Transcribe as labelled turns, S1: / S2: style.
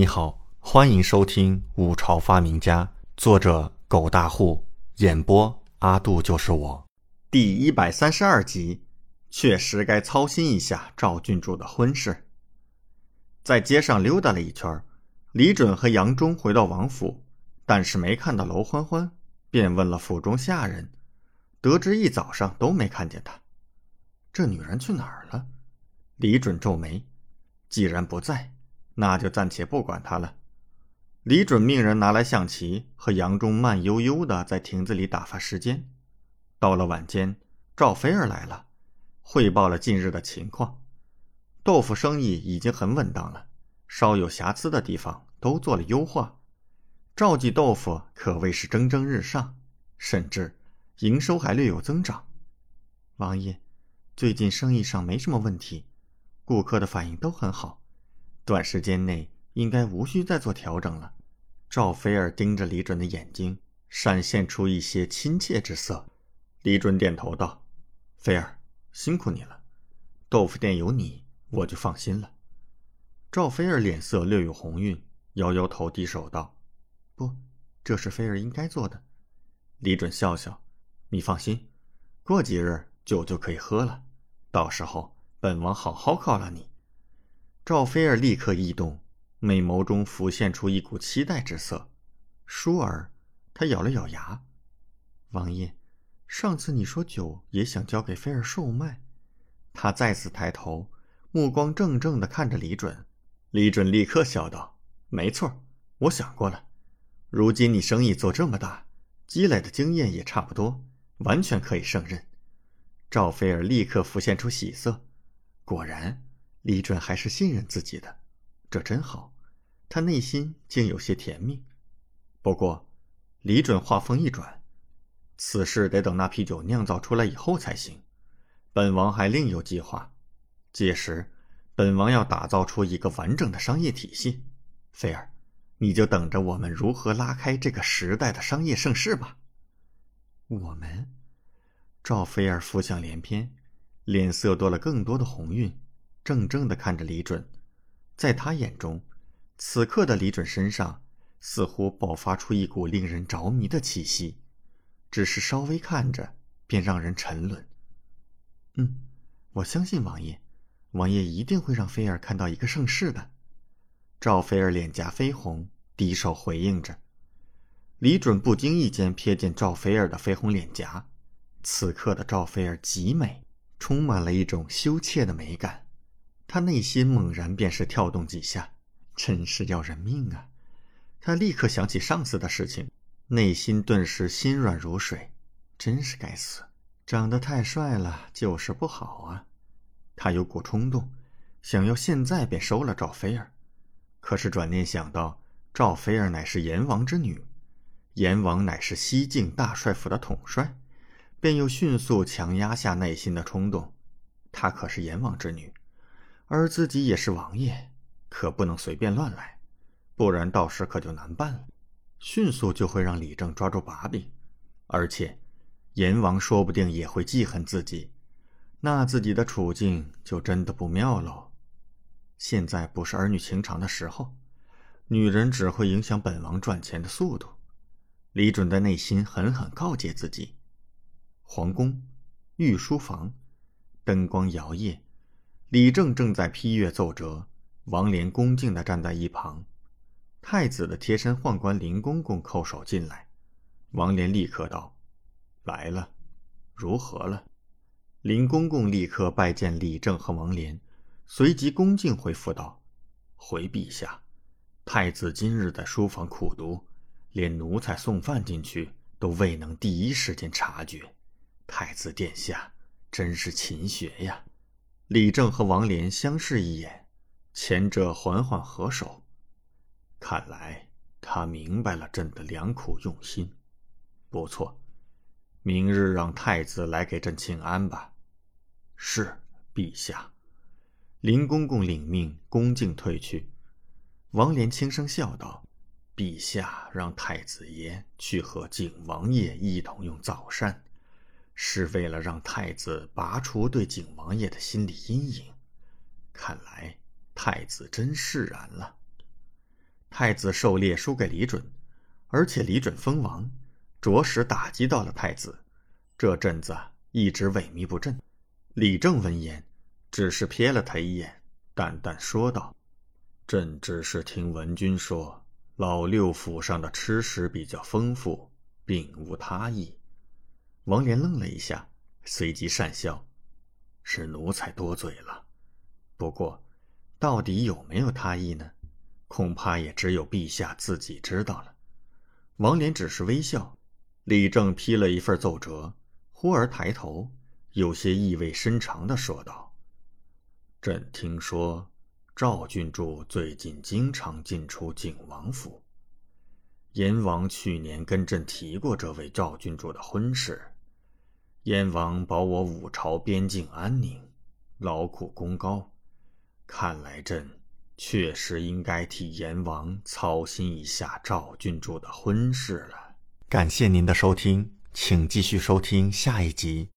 S1: 你好，欢迎收听《五朝发明家》，作者狗大户，演播阿杜就是我。第132集，确实该操心一下赵郡主的婚事。在街上溜达了一圈，李准和杨忠回到王府，但是没看到娄欢欢，便问了府中下人，得知一早上都没看见她。这女人去哪儿了？李准皱眉，既然不在，那就暂且不管她了。李准命人拿来象棋，和杨忠慢悠悠地在亭子里打发时间。到了晚间，赵飞儿来了，汇报了近日的情况。豆腐生意已经很稳当了，稍有瑕疵的地方都做了优化。赵记豆腐可谓是蒸蒸日上，甚至营收还略有增长。王爷，最近生意上没什么问题，顾客的反应都很好，短时间内应该无需再做调整了。赵菲儿盯着李准的眼睛，闪现出一些亲切之色。李准点头道：菲儿，辛苦你了，豆腐店有你，我就放心了。赵菲儿脸色略有红晕，摇摇头低手道：不，这是菲儿应该做的。李准笑笑：你放心，过几日酒就可以喝了，到时候本王好好犒劳你。赵菲儿立刻异动，美眸中浮现出一股期待之色。倏儿，她咬了咬牙：王爷，上次你说酒也想交给菲儿售卖。他再次抬头，目光怔怔地看着李准。李准立刻笑道：没错，我想过了，如今你生意做这么大，积累的经验也差不多，完全可以胜任。赵菲儿立刻浮现出喜色，果然李准还是信任自己的，这真好，他内心竟有些甜蜜。不过李准话锋一转，此事得等那批酒酿造出来以后才行，本王还另有计划，届时本王要打造出一个完整的商业体系。菲儿，你就等着我们如何拉开这个时代的商业盛世吧。我们？赵菲儿浮想联翩，脸色多了更多的红晕，怔怔地看着李准。在他眼中，此刻的李准身上似乎爆发出一股令人着迷的气息，只是稍微看着便让人沉沦。我相信王爷，王爷一定会让菲儿看到一个盛世的。赵菲儿脸颊绯红，低手回应着。李准不经意间瞥见赵菲儿的绯红脸颊，此刻的赵菲儿极美，充满了一种羞怯的美感。他内心猛然便是跳动几下，真是要人命啊！他立刻想起上次的事情，内心顿时心软如水，真是该死，长得太帅了就是不好啊。他有股冲动，想要现在便收了赵菲儿，可是转念想到赵菲儿乃是阎王之女，阎王乃是西境大帅府的统帅，便又迅速强压下内心的冲动。她可是阎王之女，而自己也是王爷，可不能随便乱来，不然到时可就难办了，迅速就会让李正抓住把柄，而且阎王说不定也会记恨自己，那自己的处境就真的不妙喽。现在不是儿女情长的时候，女人只会影响本王赚钱的速度。李准在内心狠狠告诫自己。皇宫御书房，灯光摇曳，李正正在批阅奏折，王莲恭敬地站在一旁。太子的贴身宦官林公公叩首进来，王莲立刻道：来了，如何了？林公公立刻拜见李正和王莲，随即恭敬回复道：回陛下，太子今日在书房苦读，连奴才送饭进去都未能第一时间察觉，太子殿下真是勤学呀。李正和王莲相视一眼，前者缓缓合手，看来他明白了朕的良苦用心。不错，明日让太子来给朕请安吧。是，陛下。林公公领命，恭敬退去。王莲轻声笑道：陛下让太子爷去和景王爷一同用早膳，是为了让太子拔除对景王爷的心理阴影。看来太子真释然了。 太子狩猎输给李准，而且李准封王，着实打击到了太子，这阵子一直萎靡不振。李正闻言，只是瞥了他一眼，淡淡说道：“朕只是听文君说，老六府上的吃食比较丰富，并无他意。”王连愣了一下，随即讪笑：“是奴才多嘴了。不过，到底有没有他意呢？恐怕也只有陛下自己知道了。”王连只是微笑。李正批了一份奏折，忽而抬头，有些意味深长地说道：“朕听说赵郡主最近经常进出景王府。燕王去年跟朕提过这位赵郡主的婚事。燕王保我五朝边境安宁，劳苦功高，看来朕确实应该替燕王操心一下赵郡主的婚事了。”感谢您的收听，请继续收听下一集。